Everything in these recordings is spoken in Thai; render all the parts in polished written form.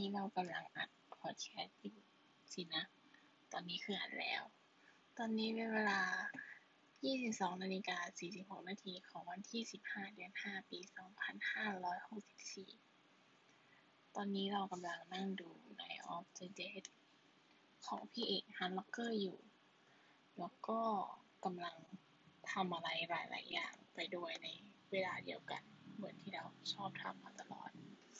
เรากำลังอัดพอดแคสต์อยู่สินะตอนนี้คืออัดแล้วตอนนี้เป็นเวลา 22:46 นาทีของวันที่ 15 เดือน 5 ปี 2564ตอนนี้เรากำลังนั่งดู Night of the Dead ของพี่เอกฮันล็อกเกอร์อยู่แล้วก็กำลังทำอะไรหลายๆอย่างไปด้วยในเวลาเดียวกันเหมือนที่เราชอบทำมาตลอด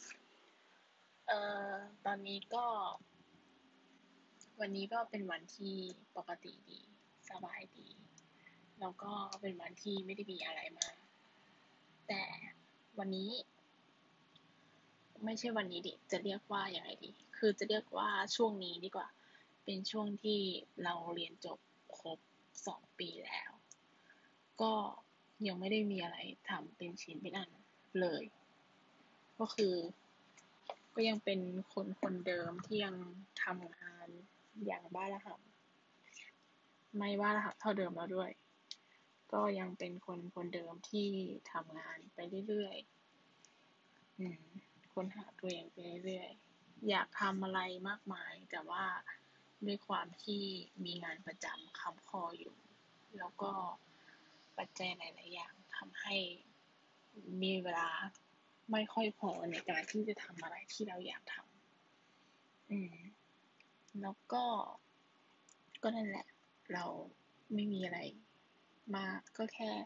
ตอนนี้ก็วันนี้ก็เป็นวันที่ปกติดีสบายดีแล้วก็เป็นวันที่ไม่ได้มีอะไรมากแต่วันนี้ไม่ใช่วันนี้ดิจะเรียกว่าอย่างไรดีคือจะเรียกว่าช่วงนี้ดีกว่าเป็นช่วงที่เราเรียนจบครบ2 ปีแล้วก็ยังไม่ได้มีอะไรทำเป็นชิ้นเป็นอันเลยก็คือก็ยังเป็นคนเดิมที่ยังทำงานอย่างบ้าระห่ำไม่บ้าระห่ำเท่าเดิมแล้วด้วยก็ยังเป็นคนเดิมที่ทำงานไปเรื่อยๆค้นหาตัวเองไปเรื่อยๆอยากทำอะไรมากมายแต่ว่าด้วยความที่มีงานประจำค้ำคออยู่แล้วก็ปัจจัยหลายๆอย่างทำให้มีเวลาไม่ค่อยพอในการที่จะทำอะไรที่เราอยากทำแล้วก็นั่นแหละเราไม่มีอะไรมากก็แค่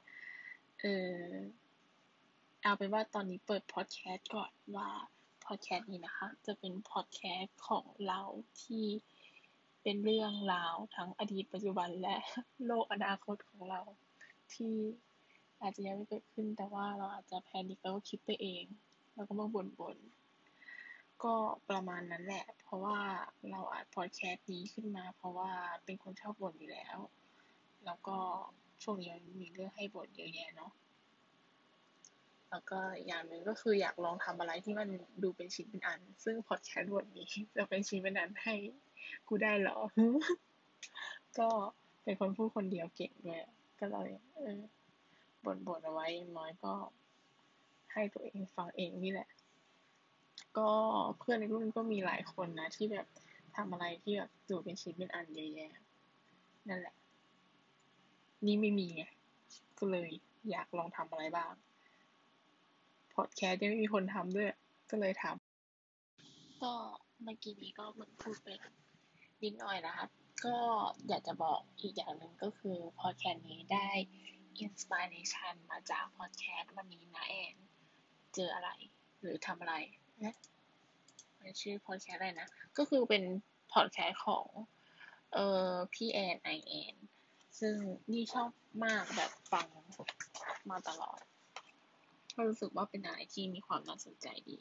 เอาเป็นว่าตอนนี้เปิดพอดแคสต์ก่อนว่าพอดแคสต์นี้นะคะจะเป็นพอดแคสต์ของเราที่เป็นเรื่องราวทั้งอดีตปัจจุบันและโลกอนาคตของเราที่อาจจะยังไม่เกิดขึ้นแต่ว่าเราอาจจะแพนิคแล้วก็คิดไปเองแล้วก็มาบ่นๆก็ประมาณนั้นแหละเพราะว่าเราอัดพอดแคสต์นี้ขึ้นมาเพราะว่าเป็นคนชอบบ่นอยู่แล้วแล้วก็ช่วงนี้มีเรื่องให้บ่นเยอะแยะเนาะแล้วก็อย่างหนึ่งก็คืออยากลองทำอะไรที่มันดูเป็นชิ้นเป็นอันซึ่งพอดแคสต์บทนี้จะเป็นชิ้นเป็นอันให้กูได้เหรอ ก็เป็นคนพูดคนเดียวเก่งด้วยก็เลยบ่นเอาไว้อย่างน้อยก็ให้ตัวเองฟังเองนี่แหละก็เพื่อนในรุ่นก็มีหลายคนนะที่แบบทำอะไรที่แบบดูเป็นชิ้นเป็นอันเยอะแยะนั่นแหละนี่ไม่มีไงก็เลยอยากลองทำอะไรบ้างพอดแคสต์ยังไม่มีคนทำด้วยก็เลยทำก็เมื่อกี้นี้ก็เหมือนพูดไปนิดหน่อยนะครับก็อยากจะบอกอีกอย่างหนึ่งก็คือพอดแคสต์นี้ได้อินสปิเรชันมาจากพอดแคสต์วันนี้นะแอนเจออะไรหรือทำอะไรนะมันชื่อพอดแคสต์อะไรนะก็คือเป็นพอดแคสต์ของพี่แอนไอแอนซึ่งนี่ชอบมากแบบฟังมาตลอดก็รู้สึกว่าเป็นอะไรที่มีความน่าสนใจดี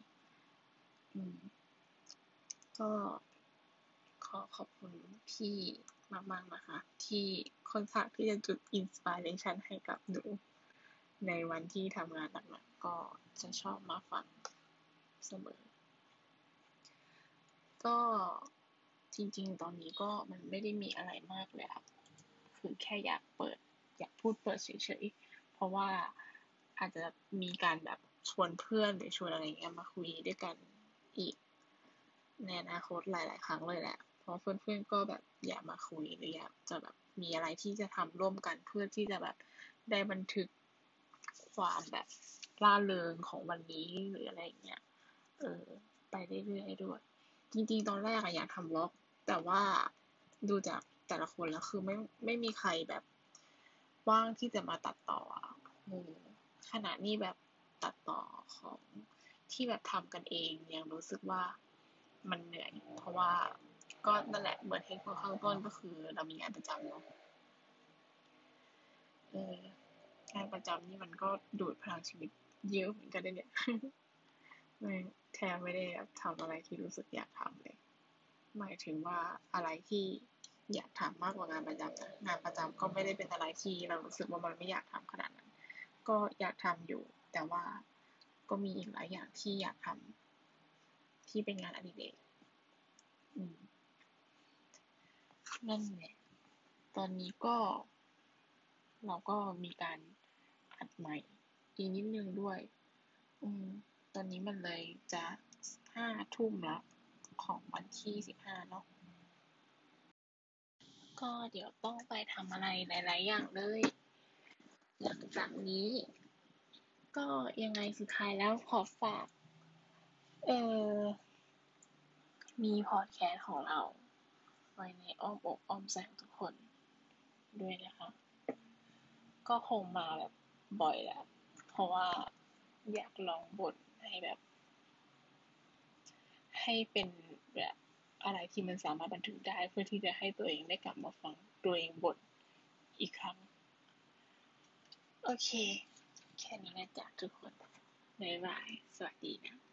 ก็ขอขอบคุณพี่มากๆนะคะที่ค่อนข้างที่จะจุดอินสปิเรชันให้กับหนูในวันที่ทำงานหนักๆก็จะชอบมาฟังเสมอก็จริงๆตอนนี้ก็มันไม่ได้มีอะไรมากเลยค่ะคือแค่อยากพูดเปิดเฉยๆเพราะว่าอาจจะมีการแบบชวนเพื่อนหรือชวนอะไรอย่างเงี้ยมาคุยด้วยกันอีกในอนาคตหลายๆครั้งเลยแหละเพราะเพื่อนๆก็แบบอยากมาคุยหรืออยากจะแบบมีอะไรที่จะทำร่วมกันเพื่อที่จะแบบได้บันทึกความแบบร่าเริงของวันนี้หรืออะไรอย่างเงี้ยไปเรื่อยๆด้วยจริงๆตอนแรกอะอยากทำวล็อกแต่ว่าดูจากแต่ละคนแล้วคือไม่มีใครแบบว่างที่จะมาตัดต่ออะขนาดนี้แบบตัดต่อของที่แบบทำกันเองยังรู้สึกว่ามันเหนื่อยเพราะว่าก็นั่นแหละเหมือนที่พูดข้างต้นก็คือเรามีงานประจำเนาะเอองานประจำนี่มันก็ดูดพลังชีวิตเยอะเหมือนกันนะเนี่ยแทบไม่ได้แบบทำอะไรที่รู้สึกอยากทำเลยหมายถึงว่าอะไรที่อยากทำมากกว่างานประจำนะงานประจำก็ไม่ได้เป็นอะไรที่เรารู้สึกว่ามันไม่อยากทำขนาดนั้นก็อยากทำอยู่แต่ว่าก็มีอีกหลายอย่างที่อยากทำที่เป็นงานอดิเรกนั่นแหละตอนนี้ก็เราก็มีการอัดใหม่อีกนิดนึงด้วยตอนนี้มันเลยจะ5 ทุ่มแล้วของวันที่15เนาะก็เดี๋ยวต้องไปทำอะไรหลายๆอย่างเลยหลังจากนี้ก็ยังไงสุดท้ายแล้วขอฝากเออมีพอดแคสต์ของเราไว้ในอ้อมอกอ้อมใจของทุกคนด้วยนะคะก็คงมาแบบบ่อยแหละเพราะว่าอยากลองบทให้แบบให้เป็นแบบอะไรที่มันสามารถบันทึกได้เพื่อที่จะให้ตัวเองได้กลับมาฟังตัวเองบทอีกครั้งโอเคแค่นี้นะจ๊ะทุกคนบ๊ายบายสวัสดีนะ